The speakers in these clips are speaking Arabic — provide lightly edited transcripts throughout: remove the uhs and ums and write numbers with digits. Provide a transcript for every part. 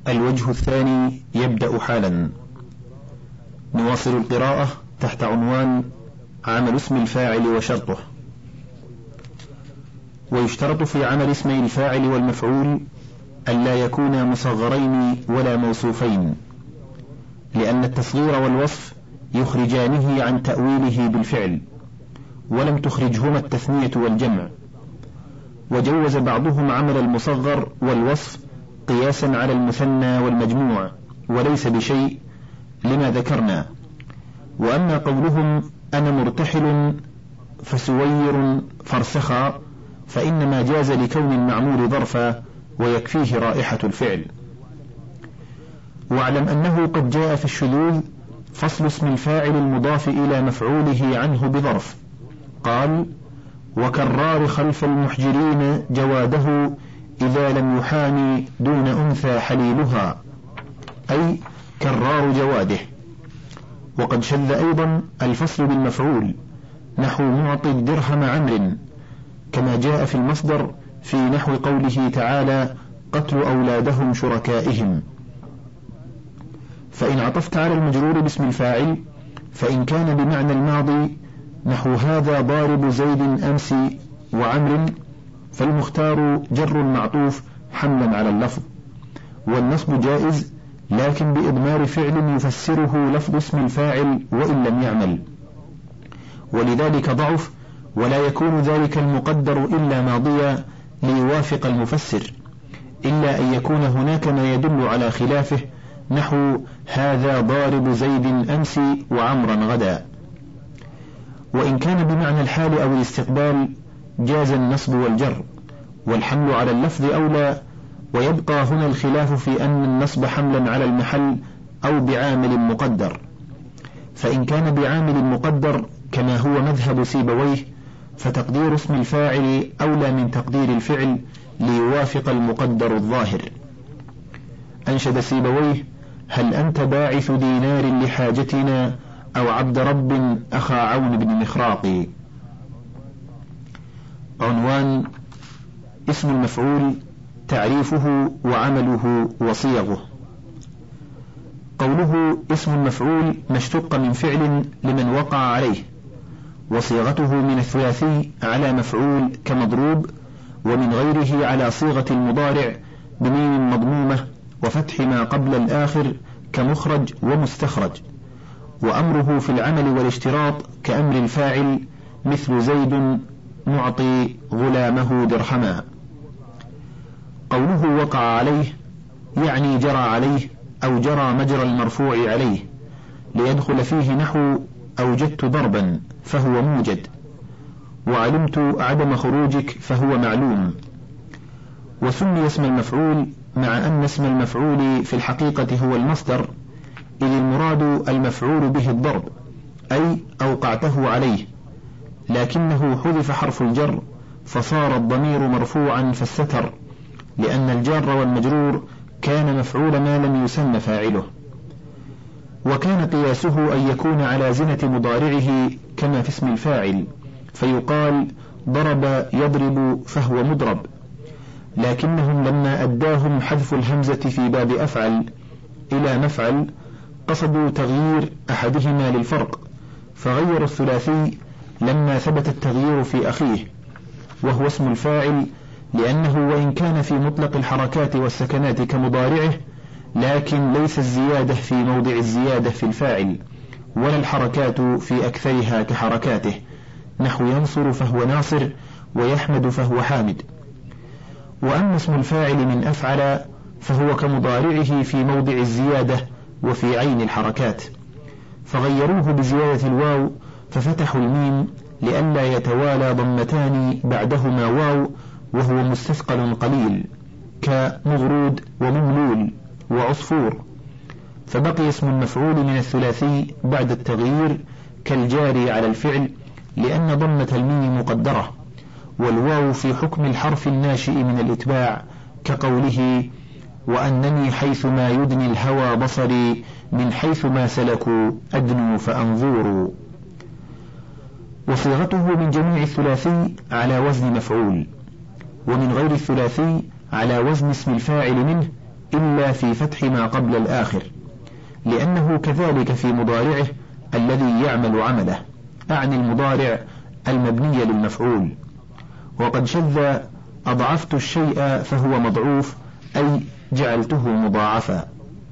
الوجه الثاني يبدأ حالا. نواصل القراءة تحت عنوان عمل اسم الفاعل وشرطه. ويشترط في عمل اسمي الفاعل والمفعول ألا يكونا مصغرين ولا موصوفين، لأن التصغير والوصف يخرجانه عن تأويله بالفعل، ولم تخرجهما التثنية والجمع. وجوز بعضهم عمل المصغر والوصف قياسا على المثنى والمجموع، وليس بشيء لما ذكرنا. وأما قولهم أنا مرتحل فسوير فرسخا فإنما جاز لكون المعمول ظرفا ويكفيه رائحة الفعل. واعلم أنه قد جاء في الشذوذ فصل اسم الفاعل المضاف إلى مفعوله عنه بظرف، قال وكرار خلف المحجرين جواده إذا لم يحامي دون أنثى حليلها، أي كرار جواده. وقد شذ أيضا الفصل بالمفعول نحو معطي الدرهم عمرو، كما جاء في المصدر في نحو قوله تعالى قتل أولادهم شركائهم. فإن عطفت على المجرور باسم الفاعل فإن كان بمعنى الماضي نحو هذا ضارب زيد أمس وعمر، فالمختار جر المعطوف حملا على اللفظ، والنصب جائز لكن بإضمار فعل يفسره لفظ اسم الفاعل وإن لم يعمل، ولذلك ضعف، ولا يكون ذلك المقدر إلا ماضيا ليوافق المفسر، إلا أن يكون هناك ما يدل على خلافه نحو هذا ضارب زيد أمس وعمرا غدا. وإن كان بمعنى الحال أو الاستقبال جاز النصب والجر، والحمل على اللفظ أولى. ويبقى هنا الخلاف في أن النصب حملا على المحل أو بعامل مقدر. فإن كان بعامل مقدر كما هو مذهب سيبويه فتقدير اسم الفاعل أولى من تقدير الفعل ليوافق المقدر الظاهر. أنشد سيبويه هل أنت باعث دينار لحاجتنا أو عبد رب أخا عون بن مخراق. عنوان اسم المفعول تعريفه وعمله وصيغه. قوله اسم المفعول ما اشتق من فعل لمن وقع عليه، وصيغته من الثلاثي على مفعول كمضروب، ومن غيره على صيغة المضارع بميم مضمومة وفتح ما قبل الآخر كمخرج ومستخرج. وأمره في العمل والاشتراط كأمر الفاعل مثل زيد معطي غلامه درهما. قوله وقع عليه يعني جرى عليه أو جرى مجرى المرفوع عليه، ليدخل فيه نحو أوجدت ضربا فهو موجد، وعلمت عدم خروجك فهو معلوم. وسمي اسم المفعول مع أن اسم المفعول في الحقيقة هو المصدر، إذ المراد المفعول به الضرب أي أوقعته عليه، لكنه حذف حرف الجر فصار الضمير مرفوعا فاستتر، لأن الجار والمجرور كان مفعول ما لم يسمى فاعله. وكان قياسه أن يكون على زنة مضارعه كما في اسم الفاعل، فيقال ضرب يضرب فهو مضرب، لكنهم لما أداهم حذف الهمزة في باب أفعل إلى مفعل قصدوا تغيير أحدهما للفرق، فغير الثلاثي لما ثبت التغيير في أخيه وهو اسم الفاعل، لأنه وإن كان في مطلق الحركات والسكنات كمضارعه لكن ليس الزيادة في موضع الزيادة في الفاعل، ولا الحركات في أكثرها كحركاته، نحو ينصر فهو ناصر ويحمد فهو حامد. وأما اسم الفاعل من أفعل فهو كمضارعه في موضع الزيادة وفي عين الحركات، فغيروه بزيادة الواو ففتحوا الميم لئلا يتوالى ضمتان بعدهما واو وهو مستثقل قليل كمغرود ومملول وعصفور، فبقي اسم المفعول من الثلاثي بعد التغيير كالجاري على الفعل، لأن ضمة الميم مقدرة، والواو في حكم الحرف الناشئ من الإتباع كقوله وأنني حيثما يدني الهوى بصري من حيث ما سلكوا أدنو فأنظوروا. وصيغته من جميع الثلاثي على وزن مفعول، ومن غير الثلاثي على وزن اسم الفاعل منه إلا في فتح ما قبل الآخر، لأنه كذلك في مضارعه الذي يعمل عمله، أعني المضارع المبني للمفعول. وقد شذ أضعفت الشيء فهو مضعوف، أي جعلته مضاعفا.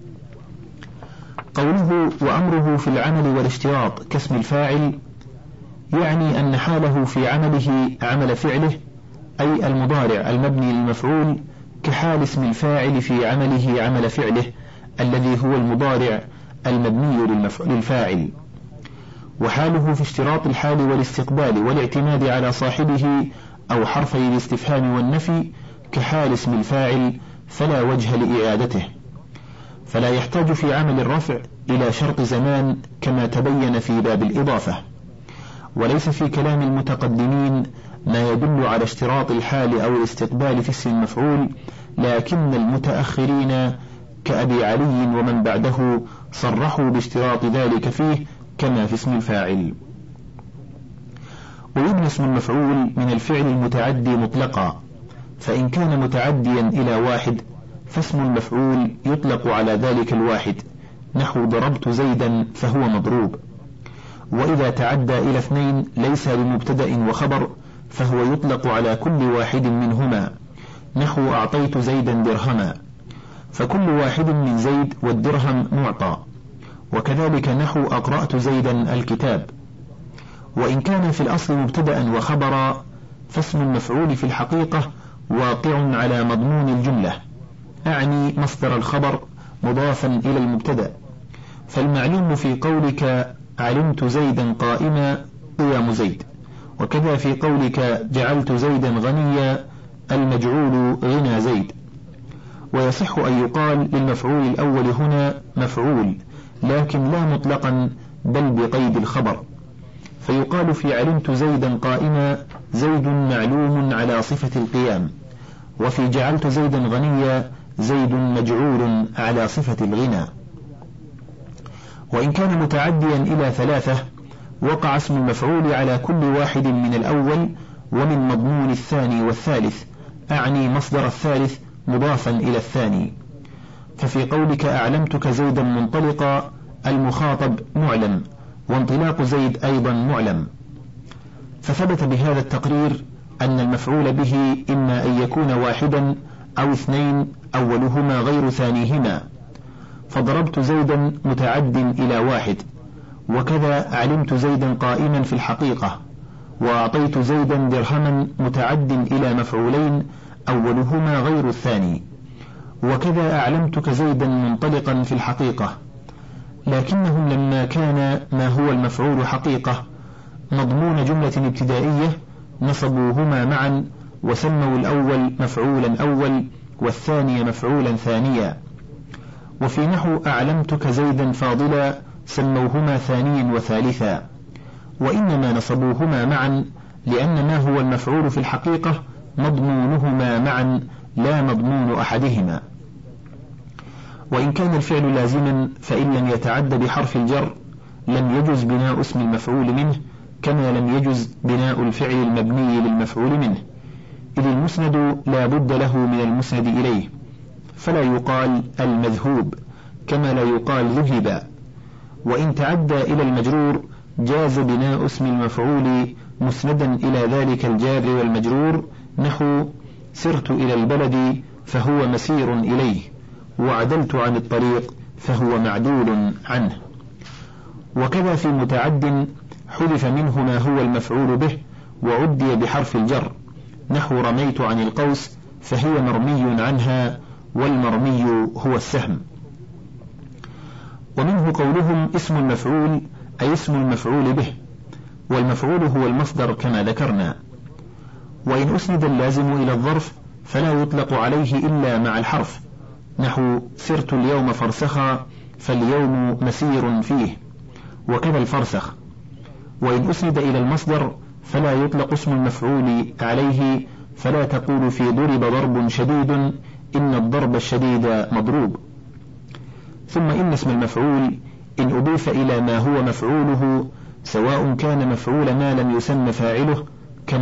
قوله وأمره في العمل والاشتراط كاسم الفاعل، يعني أن حاله في عمله عمل فعله، أي المضارع المبني للمفعول، كحال اسم الفاعل في عمله عمل فعله الذي هو المضارع المبني للفاعل. وحاله في اشتراط الحال والاستقبال والاعتماد على صاحبه أو حرفي الاستفهام والنفي كحال اسم الفاعل، فلا وجه لإعادته، فلا يحتاج في عمل الرفع إلى شرط زمان كما تبين في باب الإضافة. وليس في كلام المتقدمين ما يدل على اشتراط الحال أو الاستقبال في اسم المفعول، لكن المتأخرين كأبي علي ومن بعده صرحوا باشتراط ذلك فيه كما في اسم الفاعل. ويبنى اسم المفعول من الفعل المتعدي مطلقا، فإن كان متعديا إلى واحد فاسم المفعول يطلق على ذلك الواحد، نحو ضربت زيدا فهو مضروب. وإذا تعدى إلى اثنين ليس بمبتدأ وخبر فهو يطلق على كل واحد منهما، نحو أعطيت زيدا درهما، فكل واحد من زيد والدرهم معطى. وكذلك نحو أقرأت زيدا الكتاب. وإن كان في الأصل مبتدأ وخبرا فاسم المفعول في الحقيقة واقع على مضمون الجملة، أعني مصدر الخبر مضافا إلى المبتدأ. فالمعلوم في قولك علمت زيدا قائما قيام زيد، وكذا في قولك جعلت زيدا غنيا المجعول غنى زيد. ويصح أن يقال للمفعول الأول هنا مفعول، لكن لا مطلقا بل بقيد الخبر، فيقال في علمت زيدا قائما زيد معلوم على صفة القيام، وفي جعلت زيدا غنيا زيد مجعول على صفة الغنى. وإن كان متعديا إلى ثلاثة وقع اسم المفعول على كل واحد من الأول ومن مضمون الثاني والثالث، أعني مصدر الثالث مضافا إلى الثاني. ففي قولك أعلمتك زيدا منطلقا المخاطب معلم، وانطلاق زيد أيضا معلم. فثبت بهذا التقرير أن المفعول به إما أن يكون واحدا أو اثنين أولهما غير ثانيهما، فضربت زيدا متعد إلى واحد، وكذا علمت زيدا قائما في الحقيقة، وأعطيت زيدا درهما متعد إلى مفعولين أولهما غير الثاني، وكذا أعلمتك زيدا منطلقا في الحقيقة. لكنهم لما كان ما هو المفعول حقيقة مضمون جملة ابتدائية نصبوهما معا، وسموا الأول مفعولا أول والثاني مفعولا ثانيا. وفي نحو أعلمتك زيدا فاضلا سموهما ثانيا وثالثا، وإنما نصبوهما معا لأن ما هو المفعول في الحقيقة مضمونهما معا لا مضمون أحدهما. وإن كان الفعل لازما فإن لم يتعد بحرف الجر لم يجز بناء اسم المفعول منه، كما لم يجز بناء الفعل المبني للمفعول منه، إذ المسند لا بد له من المسند إليه، فلا يقال المذهوب كما لا يقال ذهب. وإن تعدى إلى المجرور جاز بناء اسم المفعول مسندا إلى ذلك الجار والمجرور، نحو سرت إلى البلد فهو مسير إليه، وعدلت عن الطريق فهو معدول عنه. وكذا في متعد حذف منه ما هو المفعول به وعدي بحرف الجر، نحو رميت عن القوس فهي مرمي عنها، والمرمي هو السهم. ومنه قولهم اسم المفعول أي اسم المفعول به، والمفعول هو المصدر كما ذكرنا. وإن أسند اللازم إلى الظرف فلا يطلق عليه إلا مع الحرف، نحو سرت اليوم فرسخا فاليوم مسير فيه، وكذا الفرسخ. وإن أسند إلى المصدر فلا يطلق اسم المفعول عليه، فلا تقول في ضرب ضرب شديد إن الضرب الشديد مضروب. ثم إن اسم المفعول إن أضيف إلى ما هو مفعوله سواء كان مفعول ما لم يسم فاعله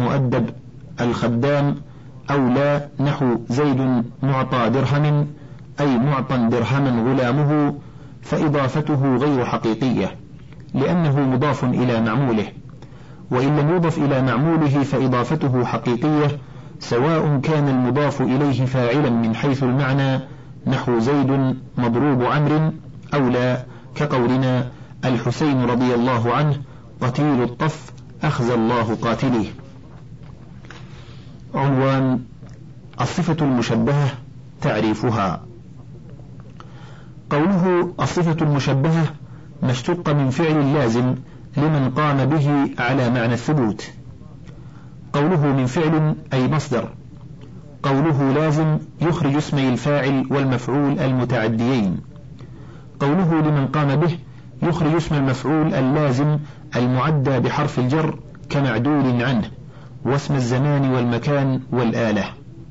كمؤدب الخدام أو لا، نحو زيد معطى درهم أي معطى درهما غلامه، فإضافته غير حقيقية لأنه مضاف إلى معموله، وإن لم يضف إلى معموله فإضافته حقيقية، سواء كان المضاف إليه فاعلا من حيث المعنى نحو زيد مضروب عمرو أو لا، كقولنا الحسين رضي الله عنه قتيل الطف أخزى الله قاتليه. عنوان: الصفة المشبهة تعريفها. قوله الصفة المشبهة ما اشتق من فعل لازم لمن قام به على معنى الثبوت. قوله من فعل أي مصدر. قوله لازم يخرج اسمي الفاعل والمفعول المتعديين. قوله لمن قام به يخرج اسم المفعول اللازم المعدى بحرف الجر كمعدول عنه، واسم الزمان والمكان والآلة.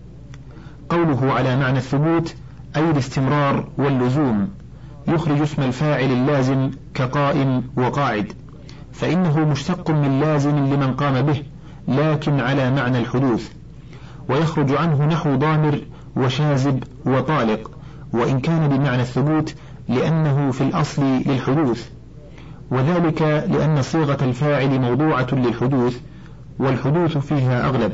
قوله على معنى الثبوت أي الاستمرار واللزوم، يخرج اسم الفاعل اللازم كقائم وقاعد، فإنه مشتق من لازم لمن قام به لكن على معنى الحدوث، ويخرج عنه نحو ضامر وشاذب وطالق، وإن كان بمعنى الثبوت لأنه في الأصل للحدوث، وذلك لأن صيغة الفاعل موضوعة للحدوث والحدوث فيها أغلب،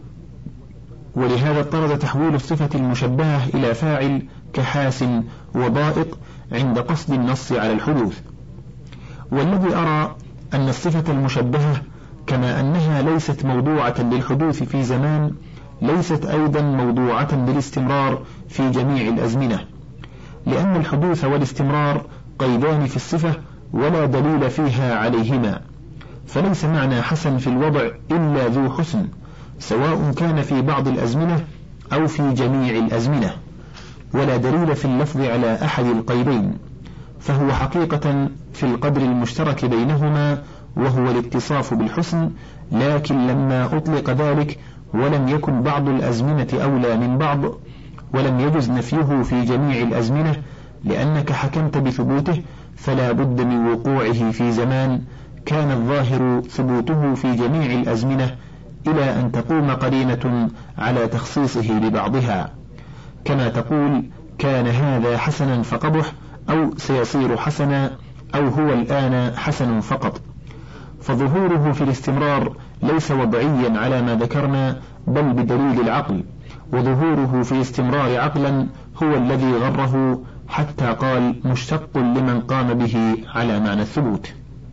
ولهذا اضطرد تحويل الصفة المشبهة إلى فاعل كحاس وضائق عند قصد النص على الحدوث. والذي أرى أن الصفة المشبهة كما أنها ليست موضوعة للحدوث في زمان، ليست أيضا موضوعة للاستمرار في جميع الأزمنة، لأن الحدوث والاستمرار قيدان في الصفة ولا دليل فيها عليهما، فليس معنى حسن في الوضع إلا ذو حسن، سواء كان في بعض الأزمنة أو في جميع الأزمنة، ولا دليل في اللفظ على أحد القيدين، فهو حقيقة في القدر المشترك بينهما وهو الاتصاف بالحسن، لكن لما أطلق ذلك ولم يكن بعض الأزمنة أولى من بعض، ولم يجز نفيه في جميع الأزمنة لأنك حكمت بثبوته، فلا بد من وقوعه في زمان كان الظاهر ثبوته في جميع الأزمنة إلى أن تقوم قرينة على تخصيصه لبعضها، كما تقول كان هذا حسنا فقبح، أو سيصير حسنا، أو هو الآن حسن فقط. فظهوره في الاستمرار ليس وضعيا على ما ذكرنا بل بدليل العقل، وظهوره في الاستمرار عقلا هو الذي غره حتى قال مشتق لمن قام به على معنى الثبوت.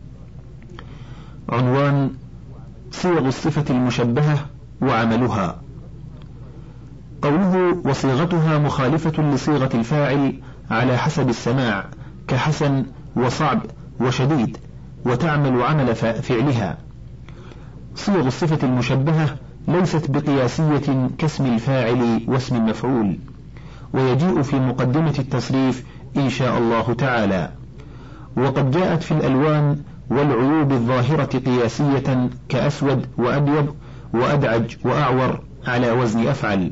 عنوان: صيغ الصفة المشبهة وعملها. قوله وصيغتها مخالفة لصيغة الفاعل على حسب السماع كحسن وصعب وشديد، وتعمل عمل فعلها. صيغ الصفة المشبهة ليست بقياسية كاسم الفاعل واسم المفعول، ويجيء في مقدمة التصريف إن شاء الله تعالى. وقد جاءت في الألوان والعيوب الظاهرة قياسية كأسود وأبيض وأدعج وأعور على وزن أفعل،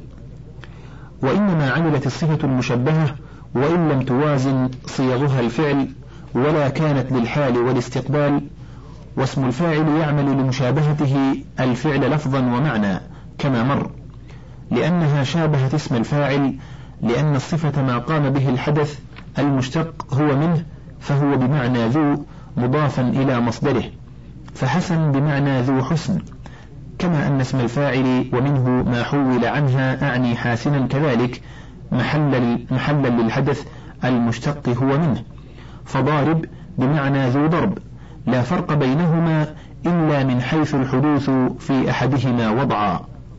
وإنما عملت الصفة المشبهة وإن لم توازن صيغها الفعل ولا كانت للحال والاستقبال، واسم الفاعل يعمل لمشابهته الفعل لفظا ومعنى كما مر، لأنها شابهت اسم الفاعل، لأن الصفة ما قام به الحدث المشتق هو منه، فهو بمعنى ذو مضافا إلى مصدره، فحسن بمعنى ذو حسن، كما أن اسم الفاعل ومنه ما حول عنها أعني حاسنا كذلك محلا للحدث المشتق هو منه، فضارب بمعنى ذو ضرب، لا فرق بينهما إلا من حيث الحدوث في أحدهما وضعا،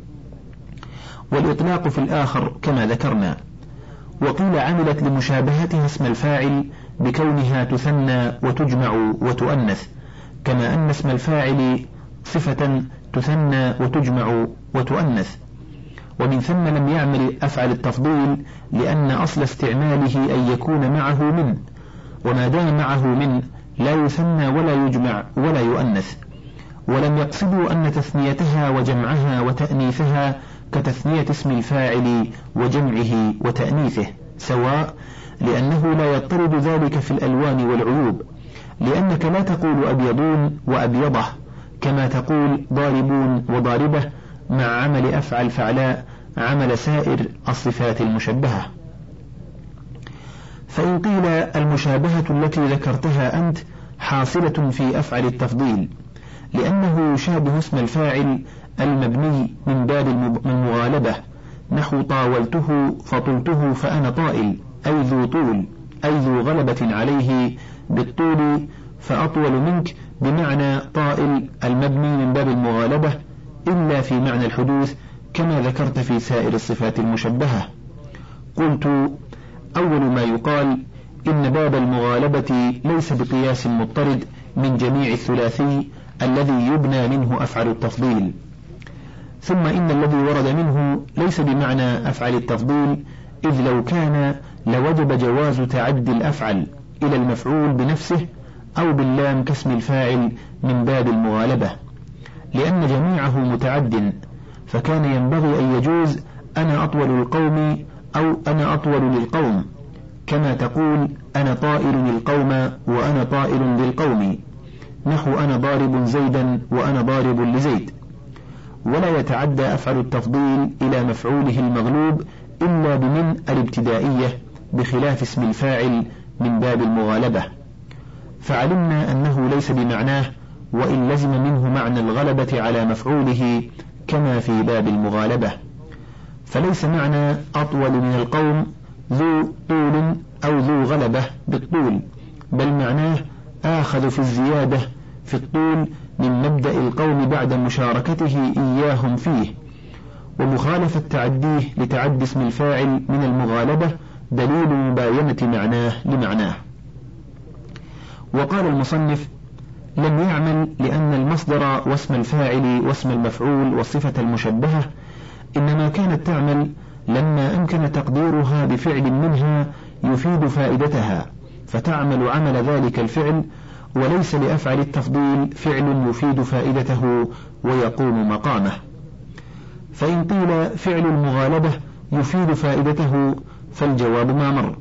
والإطلاق في الآخر كما ذكرنا. وقيل عملت لمشابهتها اسم الفاعل بكونها تثنى وتجمع وتؤنث، كما أن اسم الفاعل صفة تثنى وتجمع وتؤنث، ومن ثم لم يعمل أفعل التفضيل، لأن أصل استعماله أن يكون معه من، وما دام معه من لا يثنى ولا يجمع ولا يؤنث. ولم يقصدوا أن تثنيتها وجمعها وتأنيثها كتثنية اسم الفاعل وجمعه وتأنيثه سواء، لأنه لا يضطرد ذلك في الألوان والعيوب، لأنك لا تقول أبيضون وأبيضة كما تقول ضاربون وضاربة مع عمل أفعل فعلاء عمل سائر الصفات المشبهة. فإن قيل المشابهة التي ذكرتها أنت حاصلة في أفعل التفضيل، لأنه يشابه اسم الفاعل المبني من باب المغالبة، نحو طاولته فطلته فأنا طائل، أي ذو طول، أي ذو غلبة عليه بالطول فأطول منك، بمعنى طائل المبني من باب المغالبة، إلا في معنى الحدوث كما ذكرت في سائر الصفات المشبهة. قلت: أول ما يقال إن باب المغالبة ليس بقياس مضطرد من جميع الثلاثي الذي يبنى منه أفعل التفضيل، ثم إن الذي ورد منه ليس بمعنى أفعل التفضيل، إذ لو كان لوجب جواز تعدي الأفعل إلى المفعول بنفسه أو باللام كاسم الفاعل من باب المغالبة، لأن جميعه متعد، فكان ينبغي أن يجوز أنا أطول القوم أو أنا أطول للقوم، كما تقول أنا طائل للقوم وأنا طائل للقوم، نحو أنا ضارب زيدا وأنا ضارب لزيد. ولا يتعدى أفعل التفضيل إلى مفعوله المغلوب إلا بمن الابتدائية، بخلاف اسم الفاعل من باب المغالبة، فعلمنا أنه ليس بمعناه، وإن لزم منه معنى الغلبة على مفعوله كما في باب المغالبة، فليس معنى أطول من القوم ذو طول أو ذو غلبة بالطول، بل معناه آخذ في الزيادة في الطول من مبدأ القوم بعد مشاركته إياهم فيه، ومخالفة تعديه لتعدي اسم الفاعل من المغالبة دليل مباينة معناه لمعناه. وقال المصنف: لم يعمل لأن المصدر واسم الفاعل واسم المفعول والصفة المشبهة إنما كانت تعمل لما أمكن تقديرها بفعل منها يفيد فائدتها، فتعمل عمل ذلك الفعل، وليس لأفعل التفضيل فعل يفيد فائدته ويقوم مقامه. فإن قيل فعل المغالبة يفيد فائدته فالجواب ما مر.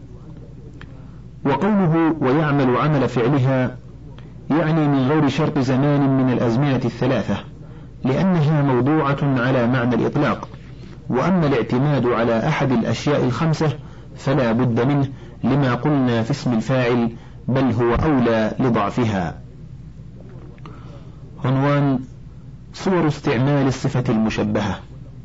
وقوله ويعمل عمل فعلها يعني من غير شرط زمان من الأزمنة الثلاثة، لأنها موضوعة على معنى الإطلاق، وأما الاعتماد على أحد الأشياء الخمسة فلا بد منه لما قلنا في اسم الفاعل، بل هو أولى لضعفها. عنوان: صور استعمال الصفة المشبهة.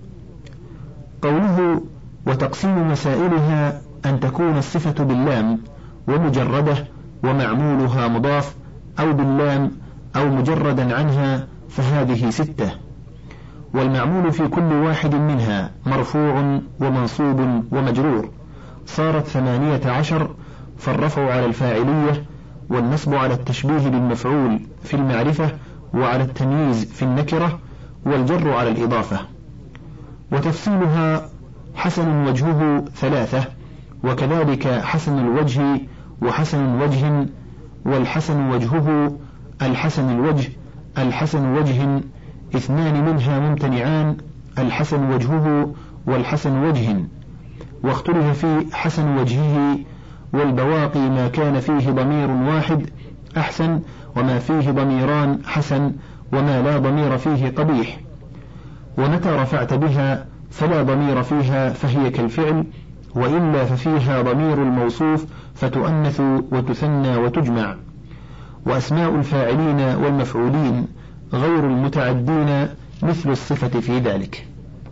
قوله وتقسيم مسائلها أن تكون الصفة باللام ومجردة ومعمولها مضاف، أو باللام أو مجردا عنها، فهذه 6، والمعمول في كل واحد منها مرفوع ومنصوب ومجرور، صارت 18، فالرفع على الفاعلية، والنصب على التشبيه بالمفعول في المعرفة، وعلى التمييز في النكرة، والجر على الإضافة. وتفصيلها: حسن وجهه 3، وكذلك حسن الوجه وحسن وجه، والحسن وجهه، الحسن الوجه، الحسن وجه، 2 منها ممتنعان، الحسن وجهه والحسن وجه. واختلف في حسن وجهه، والبواقي ما كان فيه ضمير واحد أحسن، وما فيه ضميران حسن، وما لا ضمير فيه قبيح. ومتى رفعت بها فلا ضمير فيها فهي كالفعل، وإلا ففيها ضمير الموصوف فتؤنث وتثنى وتجمع. وأسماء الفاعلين والمفعولين غير المتعدين مثل الصفة في ذلك.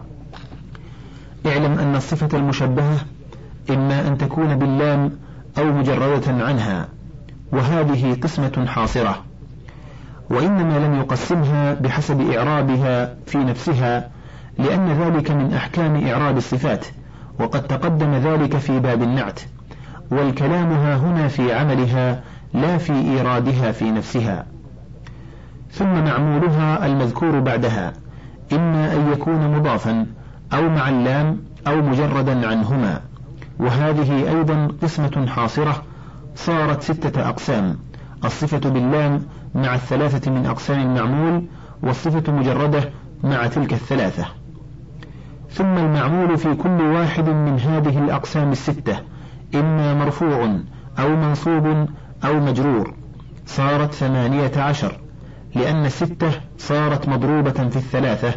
اعلم أن الصفة المشبهة إما أن تكون باللام أو مجردة عنها، وهذه قسمة حاصرة، وإنما لم يقسمها بحسب إعرابها في نفسها، لأن ذلك من أحكام إعراب الصفات، وقد تقدم ذلك في باب النعت، والكلام ها هنا في عملها لا في إيرادها في نفسها. ثم معمولها المذكور بعدها إما أن يكون مضافا أو مع اللام أو مجردا عنهما، وهذه أيضا قسمة حاصرة، صارت 6 أقسام: الصفة باللام مع 3 من أقسام المعمول، والصفة مجردة مع تلك 3. ثم المعمول في كل واحد من هذه الأقسام 6 إما مرفوع أو منصوب أو مجرور، صارت 18، لأن 6 صارت مضروبة في 3.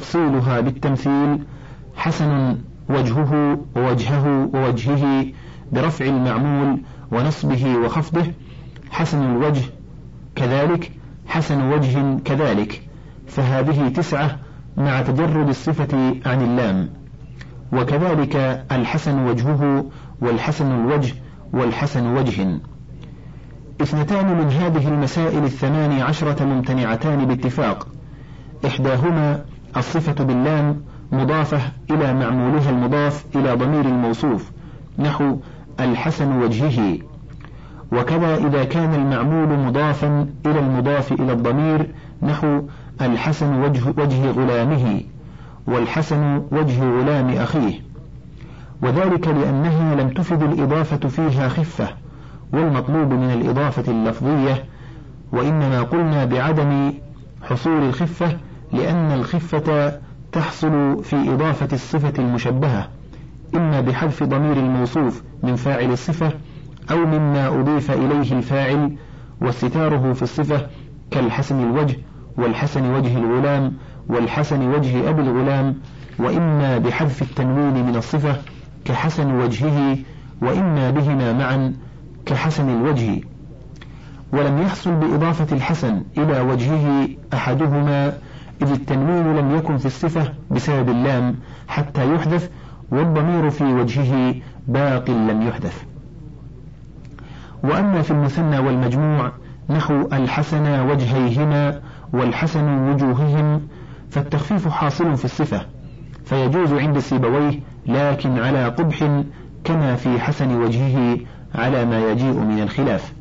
وتفصيلها بالتمثيل: حسن وجهه ووجهه ووجهه برفع المعمول ونصبه وخفضه، حسن الوجه كذلك، حسن وجه كذلك، فهذه 9 مع تجرد الصفة عن اللام. وكذلك الحسن وجهه والحسن الوجه والحسن وجه. 2 من هذه المسائل 18 ممتنعتان باتفاق، إحداهما الصفة باللام مضافة إلى معمولها المضاف إلى ضمير الموصوف، نحو الحسن وجهه. وكذا إذا كان المعمول مضافا إلى المضاف إلى الضمير، نحو الحسن وجه غلامه والحسن وجه غلام أخيه، وذلك لأنها لم تفد الإضافة فيها خفة، والمطلوب من الإضافة اللفظية، وإنما قلنا بعدم حصول الخفة لأن الخفة تحصل في إضافة الصفة المشبهة، إما بحذف ضمير الموصوف من فاعل الصفة أو مما أضيف إليه الفاعل واستتاره في الصفة، كالحسن الوجه والحسن وجه الغلام والحسن وجه أبي الغلام، وإما بحذف التنوين من الصفة كحسن وجهه، وإما بهما معا كحسن الوجه. ولم يحصل بإضافة الحسن إلى وجهه أحدهما، إذ التنوين لم يكن في الصفة بسبب اللام حتى يحذف، والضمير في وجهه باق لم يحذف. وأما في المثنى والمجموع نحو الحسن وجهيهما والحسن وجوههم، فالتخفيف حاصل في الصفة، فيجوز عند سيبويه لكن على قبح، كما في حسن وجهه على ما يجيء من الخلاف.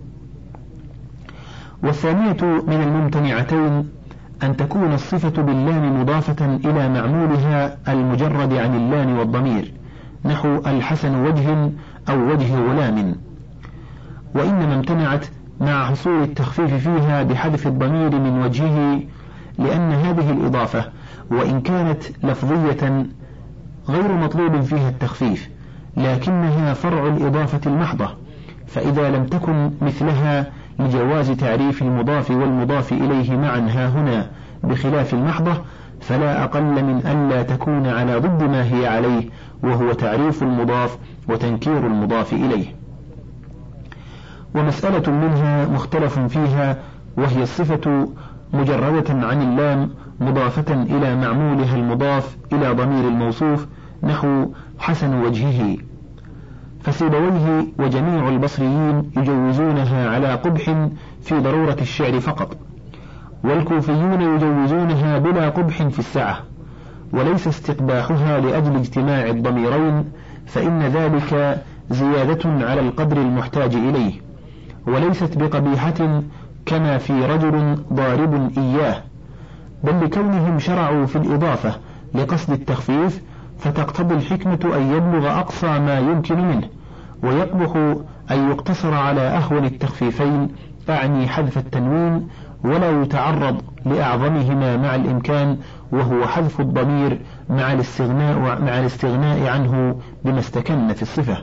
والثانية من الممتنعتين أن تكون الصفة باللام مضافة إلى معمولها المجرد عن اللام والضمير، نحو الحسن وجه أو وجه غلام، وإنما امتنعت مع حصول التخفيف فيها بحذف الضمير من وجهه، لأن هذه الإضافة وإن كانت لفظية غير مطلوب فيها التخفيف، لكنها فرع الإضافة المحضة، فإذا لم تكن مثلها لجواز تعريف المضاف والمضاف إليه معا هاهنا بخلاف المحضة، فلا أقل من ألا تكون على ضد ما هي عليه، وهو تعريف المضاف وتنكير المضاف إليه. ومسألة منها مختلف فيها، وهي الصفة مجردة عن اللام مضافة إلى معمولها المضاف إلى ضمير الموصوف، نحو حسن وجهه، فسيبويه وجميع البصريين يجوزونها على قبح في ضرورة الشعر فقط، والكوفيون يجوزونها بلا قبح في السعة، وليس استقباحها لأجل اجتماع الضميرين، فإن ذلك زيادة على القدر المحتاج إليه، وليست بقبيحة كما في رجل ضارب إياه، بل لكونهم شرعوا في الإضافة لقصد التخفيف، فتقتضي الحكمة أن يبلغ أقصى ما يمكن منه، ويقبح أن يقتصر على أهون التخفيفين، أعني حذف التنوين، ولا يتعرض لأعظمهما مع الإمكان، وهو حذف الضمير مع الاستغناء عنه بما استكن في الصفة.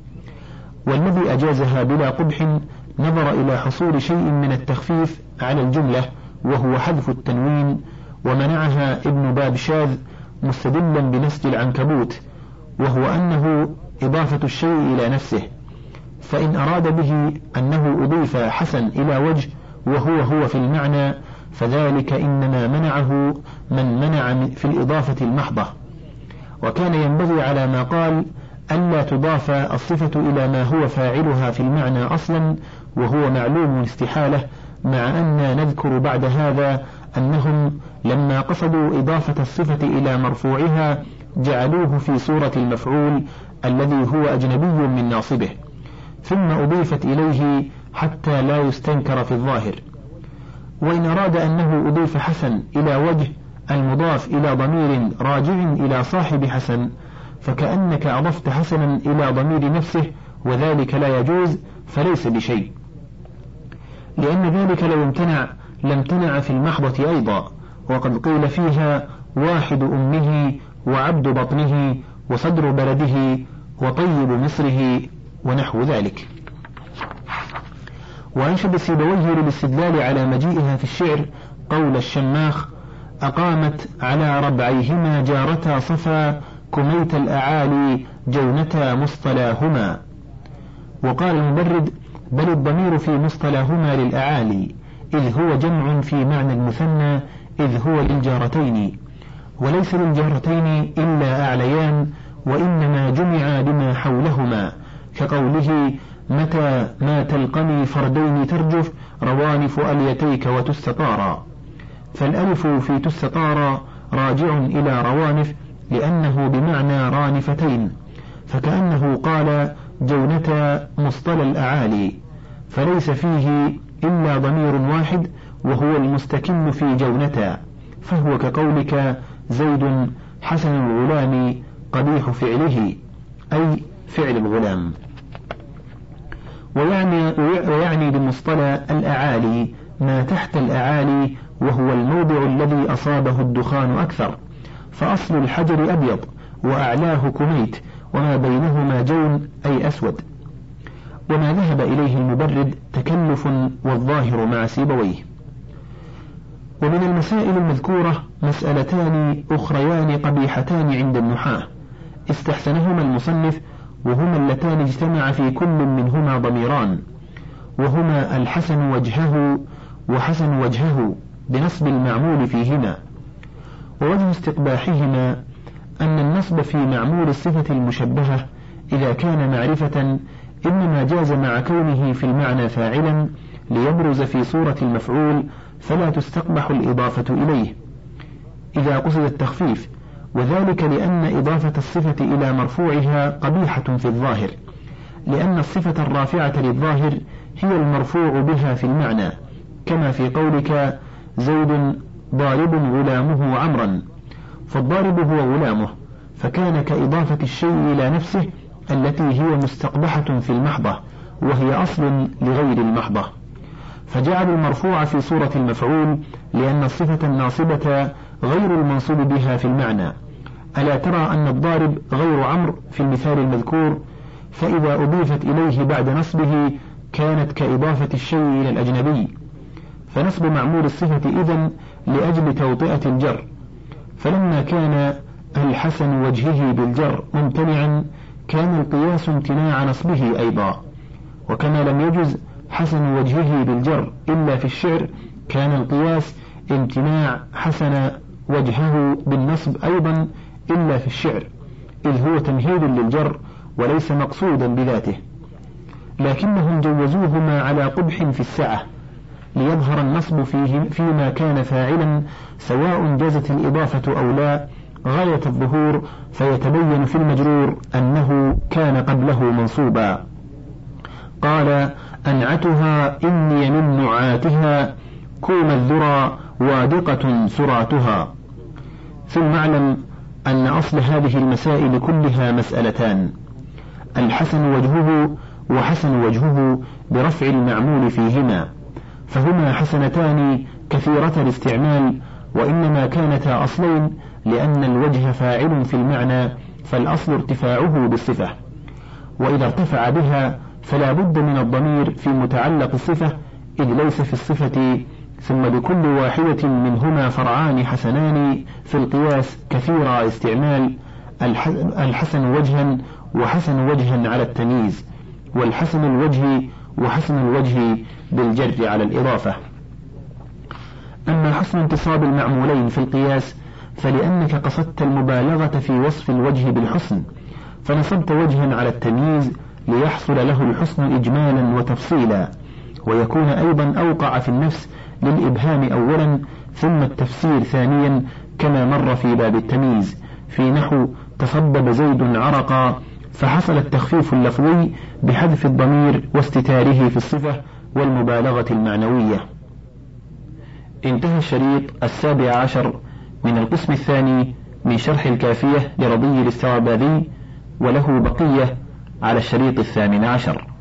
والذي أجازها بلا قبح نظر إلى حصول شيء من التخفيف على الجملة، وهو حذف التنوين، ومنعها ابن باب شاذ مستدلا بنسج العنكبوت، وهو أنه إضافة الشيء إلى نفسه، فإن أراد به أنه أضيف حسن إلى وجه وهو في المعنى، فذلك إنما منعه من منع في الإضافة المحضة. وكان ينبغي على ما قال ألا تضاف الصفة إلى ما هو فاعلها في المعنى أصلا، وهو معلوم استحالة، مع أن نذكر بعد هذا أنهم لما قصدوا إضافة الصفة إلى مرفوعها جعلوه في صورة المفعول الذي هو أجنبي من ناصبه، ثم أضيفت إليه حتى لا يستنكر في الظاهر. وإن أراد أنه أضيف حسن إلى وجه المضاف إلى ضمير راجع إلى صاحب حسن، فكأنك أضفت حسنا إلى ضمير نفسه، وذلك لا يجوز، فليس بشيء، لأن ذلك لو امتنع لامتنع في المحضة أيضا، وقد قيل فيها واحد أمه وعبد بطنه وصدر بلده وطيب مصره ونحو ذلك. وأنشد سيبويه للاستدلال على مجيئها في الشعر قول الشماخ: أقامت على ربعيهما جارتا صفا كميت الأعالي جونتا مصطلاهما، وقال المبرد: بل الضمير في مصطلهما للأعالي، إذ هو جمع في معنى المثنى، إذ هو للجارتين، وليس للجارتين إلا أعليان، وإنما جمع لما حولهما، كقوله: متى ما تلقني فردين ترجف روانف أليتيك وتستطارا. فالألف في تستطارا راجع إلى روانف لأنه بمعنى رانفتين، فكأنه قال جونة مصطلى الأعالي، فليس فيه إلا ضمير واحد وهو المستكن في جونة، فهو كقولك زيد حسن الغلام قبيح فعله، أي فعل الغلام. ويعني بمصطلى الأعالي ما تحت الأعالي، وهو الموضع الذي أصابه الدخان أكثر، فأصل الحجر أبيض وأعلاه كميت وما بينهما جون أي أسود. وما ذهب إليه المبرد تكلف والظاهر مع سيبويه. ومن المسائل المذكورة مسألتان أخريان قبيحتان عند النحاة استحسنهما المصنف، وهما اللتان اجتمع في كل منهما ضميران، وهما الحسن وجهه وحسن وجهه بنصب المعمول فيهما. ووجه استقباحهما أن النصب في معمول الصفة المشبهة إذا كان معرفة إنما جاز مع كونه في المعنى فاعلا ليبرز في صورة المفعول، فلا تستقبح الإضافة إليه إذا قصد التخفيف، وذلك لأن إضافة الصفة إلى مرفوعها قبيحة في الظاهر، لأن الصفة الرافعة للظاهر هي المرفوع بها في المعنى، كما في قولك زيد ضارب غلامه عمرا، فالضارب هو غلامه، فكان كإضافة الشيء إلى نفسه التي هي مستقبحة في المحضة وهي أصل لغير المحضة، فجعل المرفوع في صورة المفعول لأن الصفة الناصبة غير المنصوب بها في المعنى. ألا ترى أن الضارب غير عمرو في المثال المذكور، فإذا أضيفت إليه بعد نصبه كانت كإضافة الشيء إلى الأجنبي، فنصب معمول الصفة إذن لأجل توطئة الجر، فلما كان الحسن وجهه بالجر ممتنعا كان القياس امتناع نصبه أيضا، وكما لم يجز حسن وجهه بالجر إلا في الشعر كان القياس امتناع حسن وجهه بالنصب أيضا إلا في الشعر، إذ هو تمهيد للجر وليس مقصودا بذاته، لكنهم جوزوهما على قبح في السعة ليظهر النصب فيما كان فاعلا سواء جازت الإضافة أو لا غاية الظهور، فيتبين في المجرور أنه كان قبله منصوبا. قال أنعتها إني من نعاتها كوم الذرى وادقة سراتها. ثم اعلم أن أصل هذه المسائل كلها مسألتان: الحسن وجهه وحسن وجهه برفع المعمول فيهما، فهما حسنتان كثيرة الاستعمال، وإنما كانتا أصلين لأن الوجه فاعل في المعنى فالأصل ارتفاعه بالصفة، وإذا ارتفع بها فلا بد من الضمير في متعلق الصفة إذ ليس في الصفة، ثم لكل واحدة منهما فرعان حسنان في القياس كثير استعمال، الحسن وجها وحسن وجها على التمييز، والحسن الوجه وحسن الوجه بالجر على الإضافة. أما حسن انتصاب المعمولين في القياس فلأنك قصدت المبالغة في وصف الوجه بالحسن، فنصبت وجها على التمييز ليحصل له الحسن إجمالا وتفصيلا، ويكون أيضا أوقع في النفس للإبهام أولا ثم التفسير ثانيا، كما مر في باب التمييز في نحو تصبب زيد عرقا، فحصل التخفيف اللفظي بحذف الضمير واستتاره في الصفة والمبالغة المعنوية. انتهى الشريط 17 من القسم الثاني من شرح الكافية لرضي الاستراباذي، وله بقية على الشريط 18.